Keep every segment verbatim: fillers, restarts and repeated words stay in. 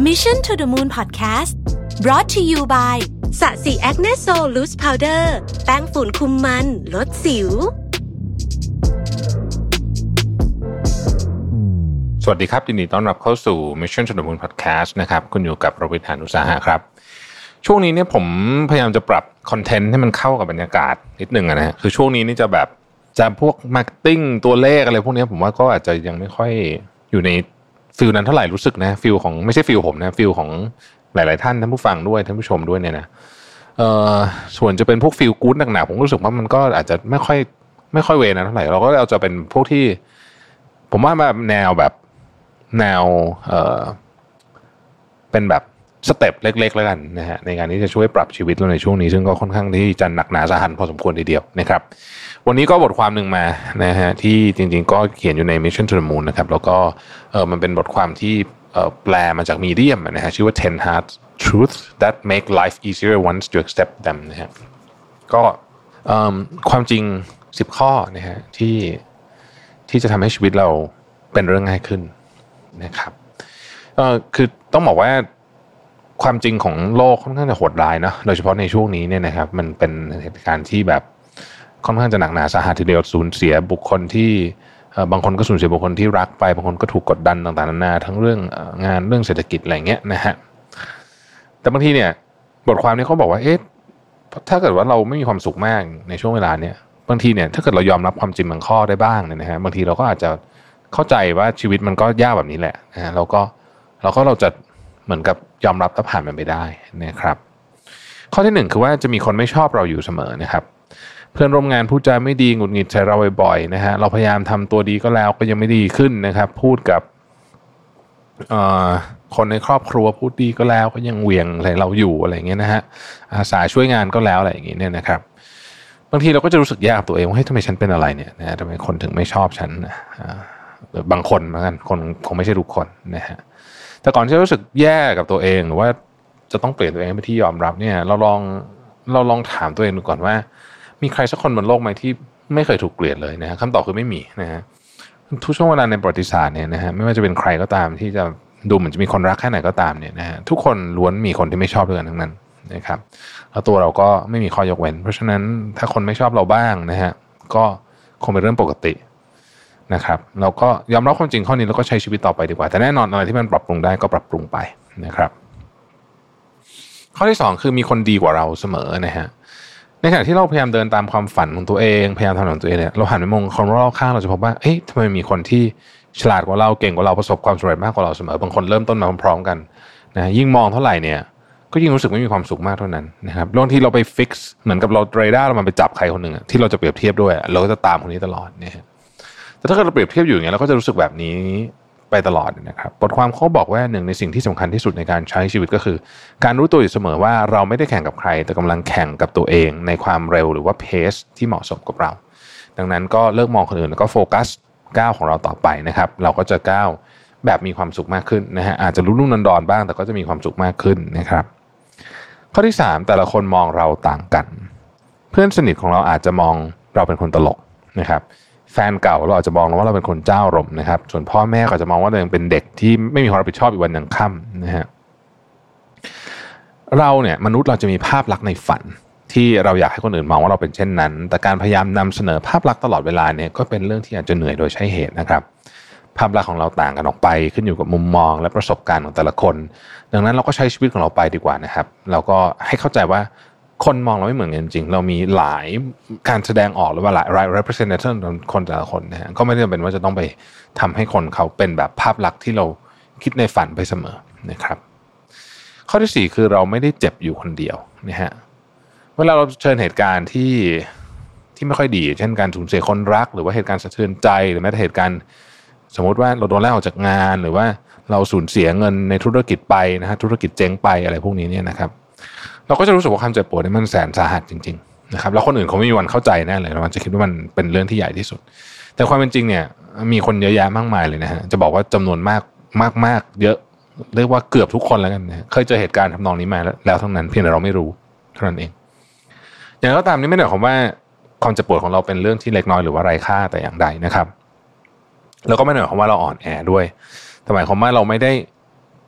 Mission to the Moon Podcast brought to you by สะสีแอคเนสโซลูสพาวเดอร์แป้งฝุ่นคุมมันลดสิวสวัสดีครับยินดีต้อนรับเข้าสู่ Mission to the Moon Podcast นะครับคุณอยู่กับประวิทย์ หาญอุตสาหะครับช่วงนี้เนี่ยผมพยายามจะปรับคอนเทนต์ให้มันเข้ากับบรรยากาศนิดนึงนะฮะคือช่วงนี้นี่จะแบบจะพวกมาร์เก็ตติ้งตัวเลขอะไรพวกนี้ผมว่าก็อาจจะยังไม่ค่อยอยู่ในฟิลนั้นเท่าไหร่รู้สึกนะฟิลของไม่ใช่ฟิลผมนะฟิลของหลายๆท่านท่านผู้ฟังด้วยท่านผู้ชมด้วยเนี่ยนะเอ่อส่วนจะเป็นพวกฟิลกู๊ดหนักๆผมรู้สึกว่ามันก็อาจจะไม่ค่อยไม่ค่อยเวนะเท่าไหร่เราก็เอาจะเป็นพวกที่ผมว่าแบบแนวแบบแนวเอ่อเป็นแบบสเต็ปเล็กๆแล้วกันนะฮะในการที่จะช่วยปรับชีวิตเราในช่วงนี้ซึ่งก็ค่อนข้างที่จะหนักหนาสาหัสพอสมควรทีเดียวนะครับวันนี้ก็บทความหนึ่งมานะฮะที่จริงๆก็เขียนอยู่ใน Mission to the Moon นะครับแล้วก็เออมันเป็นบทความที่เอ่อแปลมาจาก Medium นะฮะชื่อว่า ten hard truths that make life easier once you accept them นะฮะก็เอ่อความจริงสิบข้อนะฮะที่ที่จะทำให้ชีวิตเราเป็นเรื่องง่ายขึ้นนะครับเอ่อคือต้องบอกว่าความจริงของโลกค่อนข้างจะโหดร้ายนะโดยเฉพาะในช่วงนี้เนี่ยนะครับมันเป็นเหตุการณ์ที่แบบค่อนข้างจะหนักหนาสาหัสทีเดียวสูญเสียบุคคลที่บางคนก็สูญเสียบุคคลที่รักไปบางคนก็ถูกกดดันต่างๆนานาทั้งเรื่องงานเรื่องเศรษฐกิจอะไรเงี้ยนะฮะแต่บางทีเนี่ยบทความนี้เขาบอกว่าเอ๊ะถ้าเกิดว่าเราไม่มีความสุขมากในช่วงเวลาเนี้ยบางทีเนี่ยถ้าเกิดเรายอมรับความจริงบางข้อได้บ้างเนี่ยนะฮะบางทีเราก็อาจจะเข้าใจว่าชีวิตมันก็ยากแบบนี้แหละนะฮะเราก็เราก็เราจะเหมือนกับยอมรับและผ่านมันไปได้นะครับข้อที่หนึ่งคือว่าจะมีคนไม่ชอบเราอยู่เสมอนะครับเพื่อนร่วมงานพูดจาไม่ดีหงุดหงิดใส่เราบ่อยๆนะฮะเราพยายามทำตัวดีก็แล้วก็ยังไม่ดีขึ้นนะครับพูดกับคนในครอบครัวพูดดีก็แล้วก็ยังเหวี่ยงใส่เราอยู่อะไรอย่างเงี้ยนะฮะอาสาช่วยงานก็แล้วอะไรอย่างเงี้ยเนี่ยนะครับบางทีเราก็จะรู้สึกแย่กับตัวเองว่าเฮ้ยทำไมฉันเป็นอะไรเนี่ยนะทำไมคนถึงไม่ชอบฉันนะบางคนเหมือนกันคนคงไม่ใช่ทุกคนนะฮะแต่ก่อนที่จะรู้สึกแย่กับตัวเองหรือว่าจะต้องเปลี่ยนตัวเองไปที่ยอมรับเนี่ยเราลองเราลองถามตัวเองดูก่อนว่ามีใครสักคนบนโลกไหมที่ไม่เคยถูกเกลียดเลยนะฮะคำตอบคือไม่มีนะฮะทุกช่วงเวลาในประวัติศาสตร์เนี่ยนะฮะไม่ว่าจะเป็นใครก็ตามที่จะดูเหมือนจะมีคนรักแค่ไหนก็ตามเนี่ยนะฮะทุกคนล้วนมีคนที่ไม่ชอบด้วยกันทั้งนั้นนะครับแล้วตัวเราก็ไม่มีข้อยกเว้นเพราะฉะนั้นถ้าคนไม่ชอบเราบ้างนะฮะก็คงเป็นเรื่องปกตินะครับเราก็ยอมรับความจริงข้อนี้แล้วก็ใช้ชีวิตต่อไปดีกว่าแต่แน่นอนอะไรที่มันปรับปรุงได้ก็ปรับปรุงไปนะครับข้อที่สองคือมีคนดีกว่าเราเสมอนะฮะในขณะที่เราพยายามเดินตามความฝันของตัวเองพยายามทำของตัวเองเนี่ยเราหันไปมองคนรอบข้างเราจะพบว่าเอ๊ะทำไมมีคนที่ฉลาดกว่าเราเก่งกว่าเราประสบความสำเร็จมากกว่าเราเสมอบางคนเริ่มต้นมาพร้อมๆกันนะยิ่งมองเท่าไหร่เนี่ยก็ยิ่งรู้สึกไม่มีความสุขมากเท่านั้นนะครับบางทีเราไปฟิกซ์เหมือนกับเราเรดาร์เรามันไปจับใครคนหนึ่งที่เราจะเปรียบเทียบด้วยเราก็จะตามคนนี้ตลอดเนี่ยแต่ถ้าเกิดเราเปรียบเทียบอยู่อย่างเงี้ยเราก็จะรู้สึกแบบนี้ไปตลอดนะครับบทความเขาบอกว่าหนึ่งในสิ่งที่สำคัญที่สุดในการใช้ชีวิตก็คือการรู้ตัวอยู่เสมอว่าเราไม่ได้แข่งกับใครแต่กำลังแข่งกับตัวเองในความเร็วหรือว่าเพสที่เหมาะสมกับเราดังนั้นก็เลิกมองคนอื่นแล้วก็โฟกัสก้าวของเราต่อไปนะครับเราก็จะก้าวแบบมีความสุขมากขึ้นนะฮะอาจจะรุ่มๆดอนๆบ้างแต่ก็จะมีความสุขมากขึ้นนะครับข้อที่สามแต่ละคนมองเราต่างกันเพื่อนสนิทของเราอาจจะมองเราเป็นคนตลกนะครับแฟนเก่าเราอาจจะมองว่าเราเป็นคนเจ้าอารมณ์นะครับส่วนพ่อแม่ก็จะมองว่าเราเป็นเด็กที่ไม่มีความรับผิดชอบอีกวันยังค่ำนะฮะเราเนี่ยมนุษย์เราจะมีภาพลักษณ์ในฝันที่เราอยากให้คนอื่นมองว่าเราเป็นเช่นนั้นแต่การพยายามนำเสนอภาพลักษณ์ตลอดเวลาเนี่ยก็เป็นเรื่องที่อาจจะเหนื่อยโดยใช่เหตุนะครับภาพลักษณ์ของเราต่างกันออกไปขึ้นอยู่กับมุมมองและประสบการณ์ของแต่ละคนดังนั้นเราก็ใช้ชีวิตของเราไปดีกว่านะครับเราก็ให้เข้าใจว่าคนมองเราไม่เหมือนกันจริงเรามีหลายการแสดงออกหรือว่าหลาย representation ของคนแต่ละคนนะฮะก็ไม่ได้จำเป็นว่าจะต้องไปทำให้คนเขาเป็นแบบภาพลักษณ์ที่เราคิดในฝันไปเสมอนะครับข้อที่สี่คือเราไม่ได้เจ็บอยู่คนเดียวนะฮะเวลาเราเจอเหตุการณ์ที่ที่ไม่ค่อยดีเช่นการสูญเสียคนรักหรือว่าเหตุการณ์สะเทือนใจหรือแม้แต่เหตุการณ์สมมติว่าเราโดนไล่ออกจากงานหรือว่าเราสูญเสียเงินในธุรกิจไปนะฮะธุรกิจเจ๊งไปอะไรพวกนี้เนี่ยนะครับเราก็จะรู้สึกว่าความเจ็บปวดนี่มันแสนสาหัสจริงๆนะครับแล้วคนอื่นเขาไม่มีวันเข้าใจแน่เลยเราจะคิดว่ามันเป็นเรื่องที่ใหญ่ที่สุดแต่ความเป็นจริงเนี่ยมีคนเยอะแยะมากมายเลยนะฮะจะบอกว่าจำนวนมากมากๆเยอะเรียกว่าเกือบทุกคนแล้วกันนะเคยเจอเหตุการณ์ทำนองนี้มาแล้วทั้งนั้นเพียงแต่เราไม่รู้เท่านั้นเองอย่างไรก็ตามนี่ไม่ได้หมายความว่าความเจ็บปวดของเราเป็นเรื่องที่เล็กน้อยหรือว่าไร้ค่าแต่อย่างใดนะครับแล้วก็ไม่ได้หมายความว่าเราอ่อนแอด้วยแต่หมายความว่าเราไม่ได้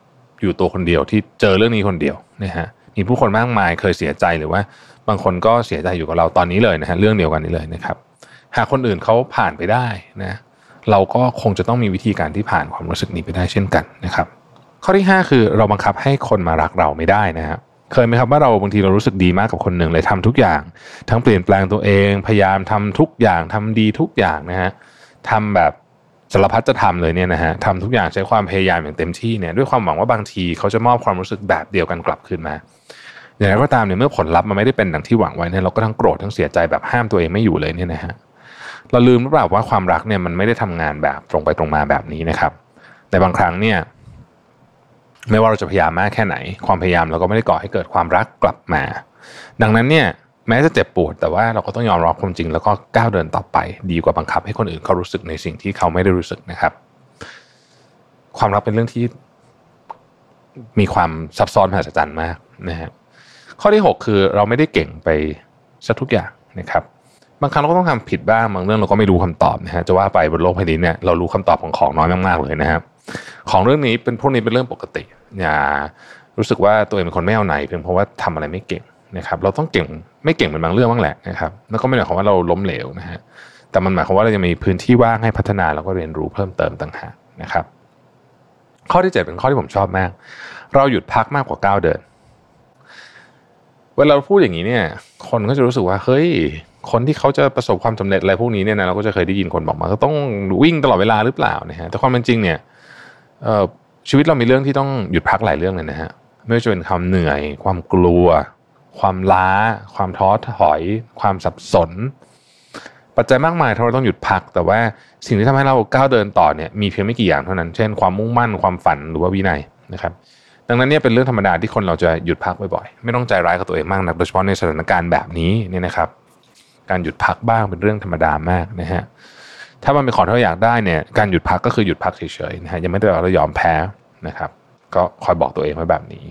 อยู่ตัวคนเดียวที่เจอเรื่องนี้คนเดียวนะฮะมีผู้คนมากมายเคยเสียใจหรือว่าบางคนก็เสียใจอยู่กับเราตอนนี้เลยนะฮะเรื่องเดียวกันนี้เลยนะครับหากคนอื่นเขาผ่านไปได้นะเราก็คงจะต้องมีวิธีการที่ผ่านความรู้สึกนี้ไปได้เช่นกันนะครับข้อที่ห้าคือเราบังคับให้คนมารักเราไม่ได้นะฮะเคยไหมครับว่าเราบางทีเรารู้สึกดีมากกับคนหนึ่งเลยทำทุกอย่างทั้งเปลี่ยนแปลงตัวเองพยายามทำทุกอย่างทำดีทุกอย่างนะฮะทำแบบสารพัดจะทำเลยเนี่ยนะฮะทำทุกอย่างใช้ความพยายามอย่างเต็มที่เนี่ยด้วยความหวังว่าบางทีเขาจะมอบความรู้สึกแบบเดียวกันกลับคืนมาอย่างไรก็ตามเนี่ยเมื่อผลลัพธ์มันไม่ได้เป็นดังที่หวังไว้เนี่ยเราก็ทั้งโกรธทั้งเสียใจแบบห้ามตัวเองไม่อยู่เลยเนี่ยนะฮะเราลืมหรือเปล่าว่าความรักเนี่ยมันไม่ได้ทำงานแบบตรงไปตรงมาแบบนี้นะครับแต่บางครั้งเนี่ยไม่ว่าเราจะพยายามมากแค่ไหนความพยายามเราก็ไม่ได้ก่อให้เกิดความรักกลับมาดังนั้นเนี่ยแม้จะเจ็บปวดแต่ว่าเราก็ต้องยอมรับความจริงแล้วก็ก้าวเดินต่อไปดีกว่าบังคับให้คนอื่นเขารู้สึกในสิ่งที่เขาไม่ได้รู้สึกนะครับความรักเป็นเรื่องที่มีความซับซ้อนมหัศจรรย์มากนะฮะข้อที่หกคือเราไม่ได้เก่งไปซะทุกอย่างนะครับบางครั้งเราก็ต้องทำผิดบ้างบางเรื่องเราก็ไม่รู้คำตอบนะฮะจะว่าไปบนโลกใบนี้เนี่ยเรารู้คำตอบของของน้อยมากๆเลยนะครับของเรื่องนี้เป็นพวกนี้เป็นเรื่องปกติอย่ารู้สึกว่าตัวเองเป็นคนไม่เอาไหนเพียงเพราะว่าทำอะไรไม่เก่งนะครับเราต้องเก่งไม่เก่งเป็นบางเรื่องบ้างแหละนะครับแล้วก็ไม่ได้หมายความว่าเราล้มเหลวนะฮะแต่มันหมายความว่าเราจะมีพื้นที่ว่างให้พัฒนาแล้วก็เรียนรู้เพิ่มเติมต่างหากนะครับข้อที่เจ็ดเป็นข้อที่ผมชอบมากเราหยุดพักมากกว่าก้าวเดินเวลาเราพูดอย่างนี้เนี่ยคนก็จะรู้สึกว่าเฮ้ยคนที่เขาจะประสบความสำเร็จอะไรพวกนี้เนี่ยนะเราก็จะเคยได้ยินคนบอกมาก็ต้องวิ่งตลอดเวลาหรือเปล่านะฮะแต่ความเป็นจริงเนี่ยเอ่อชีวิตเรามีเรื่องที่ต้องหยุดพักหลายเรื่องเลยนะฮะไม่ว่าจะเป็นความเหนื่อยความกลัวความล้าความท้อถอยความสับสนปัจจัยมากมายที่เราต้องหยุดพักแต่ว่าสิ่งที่ทำให้เราก้าวเดินต่อเนี่ยมีเพียงไม่กี่อย่างเท่านั้นเช่นความมุ่งมั่นความฝันหรือว่าวินัยนะครับดังนั้นเนี่ยเป็นเรื่องธรรมดาที่คนเราจะหยุดพักบ่อยๆไม่ต้องใจร้ายกับตัวเองมากนักโดยเฉพาะในสถานการณ์แบบนี้เนี่ยนะครับการหยุดพักบ้างเป็นเรื่องธรรมดามากนะฮะถ้ามันเป็นของที่เราอยากได้เนี่ยการหยุดพักก็คือหยุดพักเฉยๆนะฮะยังไม่ได้เรายอมแพ้นะครับก็คอยบอกตัวเองไว้แบบนี้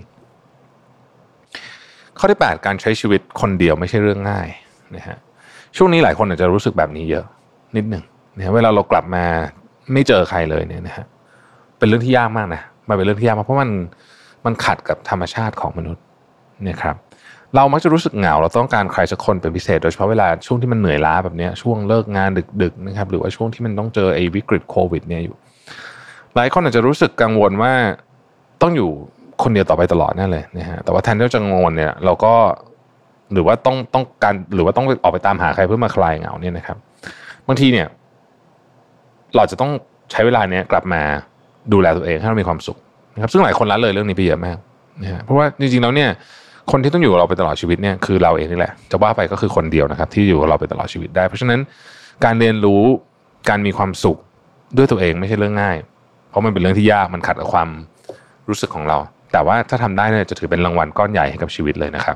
ข้อที่แปดการใช้ชีวิตคนเดียวไม่ใช่เรื่องง่ายนะฮะช่วงนี้หลายคนอาจจะรู้สึกแบบนี้เยอะนิดหนึ่งนะเวลาเรากลับมาไม่เจอใครเลยเนี่ยนะฮะเป็นเรื่องที่ยากมากนะมันเป็นเรื่องที่ยากมากเพราะมันมันขัดกับธรรมชาติของมนุษย์นะครับเรามักจะรู้สึกเหงาเราต้องการใครสักคนเป็นพิเศษโดยเฉพาะเวลาช่วงที่มันเหนื่อยล้าแบบนี้ช่วงเลิกงานดึกๆนะครับหรือว่าช่วงที่มันต้องเจอไอ้วิกฤตโควิดเนี่ยอยู่หลายคนอาจจะรู้สึกกังวลว่าต้องอยู่คนเดียวต่อไปตลอดนั่นเลยนะฮะแต่ว่าแทนที่จะกังวลเนี่ยเราก็หรือว่าต้องต้องการหรือว่าต้องออกไปตามหาใครเพื่อมาคลายเหงาเนี่ยนะครับบางทีเนี่ยเราจะต้องใช้เวลาเนี้ยกลับมาดูแลตัวเองให้เรามีความสุขนะครับซึ่งหลายคนละเลยเรื่องนี้ไปเยอะมากนะฮะเพราะว่าจริงๆแล้วเนี่ยคนที่ต้องอยู่กับเราไปตลอดชีวิตเนี่ยคือเราเองนี่แหละจะว่าไปก็คือคนเดียวนะครับที่อยู่กับเราไปตลอดชีวิตได้เพราะฉะนั้นการเรียนรู้การมีความสุขด้วยตัวเองไม่ใช่เรื่องง่ายเพราะมันเป็นเรื่องที่ยากมันขัดกับความรู้สึกของเราแต่ว่าถ้าทำได้เนี่ยจะถือเป็นรางวัลก้อนใหญ่ให้กับชีวิตเลยนะครับ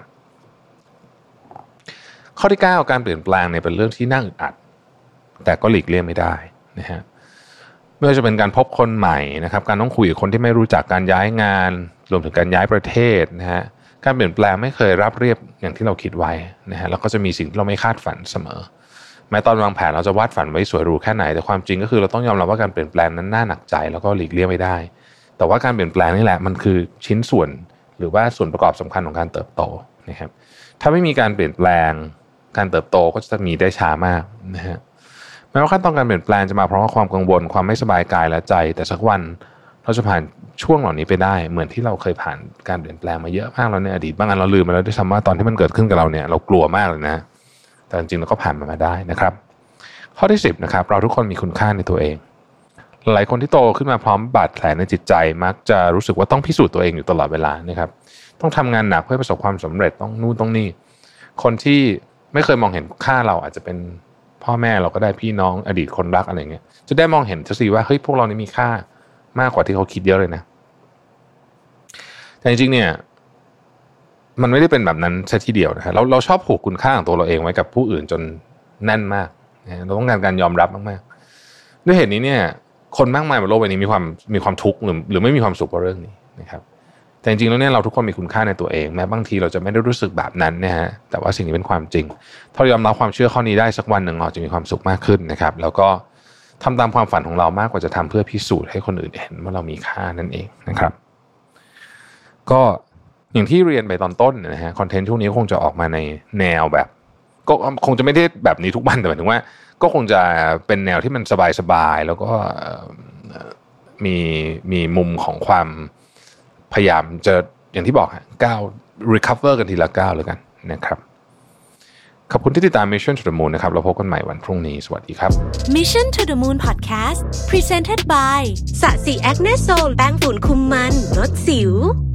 ข้อที่เก้าการเปลี่ยนแปลงเนี่ยเป็นเรื่องที่น่าอึดอัดแต่ก็หลีกเลี่ยงไม่ได้นะฮะไม่ว่าจะเป็นการพบคนใหม่นะครับการต้องคุยกับคนที่ไม่รู้จักการย้ายงานรวมถึงการย้ายประเทศนะฮะการเปลี่ยนแปลงไม่เคยราบเรียบอย่างที่เราคิดไว้นะฮะแล้วก็จะมีสิ่งที่เราไม่คาดฝันเสมอแม้ตอนวางแผนเราจะวาดฝันไว้สวยหรูแค่ไหนแต่ความจริงก็คือเราต้องยอมรับว่าการเปลี่ยนแปลงนั้นน่าหนักใจแล้วก็หลีกเลี่ยงไม่ได้แต่ว่าการเปลี่ยนแปลงนี่แหละมันคือชิ้นส่วนหรือว่าส่วนประกอบสำคัญของการเติบโตนะครับถ้าไม่มีการเปลี่ยนแปลงการเติบโตก็จะมีได้ช้ามากนะฮะแม้ว่าขั้นตอนการเปลี่ยนแปลงจะมาเพราะว่าความกังวลความไม่สบายกายและใจแต่สักวันเราจะผ่านช่วงเหล่านี้ไปได้เหมือนที่เราเคยผ่านการเปลี่ยนแปลงมาเยอะมากแล้วในอดีตบางอันเราลืมไปแล้วด้วยซ้ำว่าตอนที่มันเกิดขึ้นกับเราเนี่ยเรากลัวมากเลยนะแต่จริงๆเราก็ผ่านมันมาได้นะครับข้อที่สิบนะครับเราทุกคนมีคุณค่าในตัวเองหลายคนที่โตขึ้นมาพร้อมบาดแผลในจิตใจมักจะรู้สึกว่าต้องพิสูจน์ตัวเองอยู่ตลอดเวลานะครับต้องทำงานหนักเพื่อประสบความสำเร็จต้องนู่นต้องนี่คนที่ไม่เคยมองเห็นค่าเราอาจจะเป็นพ่อแม่เราก็ได้พี่น้องอดีตคนรักอะไรเงี้ยจะได้มองเห็นจะสิว่าเฮ้ยพวกเรานี่มีค่ามากกว่าที่เขาคิดเยอะเลยนะแต่จริงๆเนี่ยมันไม่ได้เป็นแบบนั้นแค่ทีเดียวนะฮะเราเราชอบผูกคุณค่าของตัวเราเองไว้กับผู้อื่นจนแน่นมากนะเราต้องการการยอมรับมากๆด้วยเหตุนี้เนี่ยคนมากมายบนโลกใบนี้มีความมีความทุกข์หรือหรือไม่มีความสุขเพราะเรื่องนี้นะครับแต่จริงๆแล้วเนี่ยเราทุกคนมีคุณค่าในตัวเองแม้บางทีเราจะไม่ได้รู้สึกแบบนั้นนะฮะแต่ว่าสิ่งนี้เป็นความจริงถ้าเรายอมรับความเชื่อข้อนี้ได้สักวันหนึ่งเราจะมีความสุขมากขึ้นนะครับแล้วก็ทำตามความฝันของเรามากกว่าจะทำเพื่อพิสูจน์ให้คนอื่นเห็นว่าเรามีค่านั่นเองนะครับก็อย่างที่เรียนไปตอนต้นนะฮะคอนเทนต์ช่วงนี้คงจะออกมาในแนวแบบก็คงจะไม่ได้แบบนี้ทุกวันแต่หมายถึงว่าก็คงจะเป็นแนวที่มันสบายๆแล้วก็มีมีมุมของความพยายามจะอย่างที่บอกฮะก้าว recover กันทีละก้าวแล้วกันนะครับขอบคุณที่ติดตาม Mission to the Moon นะครับเราพบกันใหม่วันพรุ่งนี้สวัสดีครับ Mission to the Moon Podcast Presented by สะสีแอคเนสโซลแป้งฝุ่นคุมมันลดสิว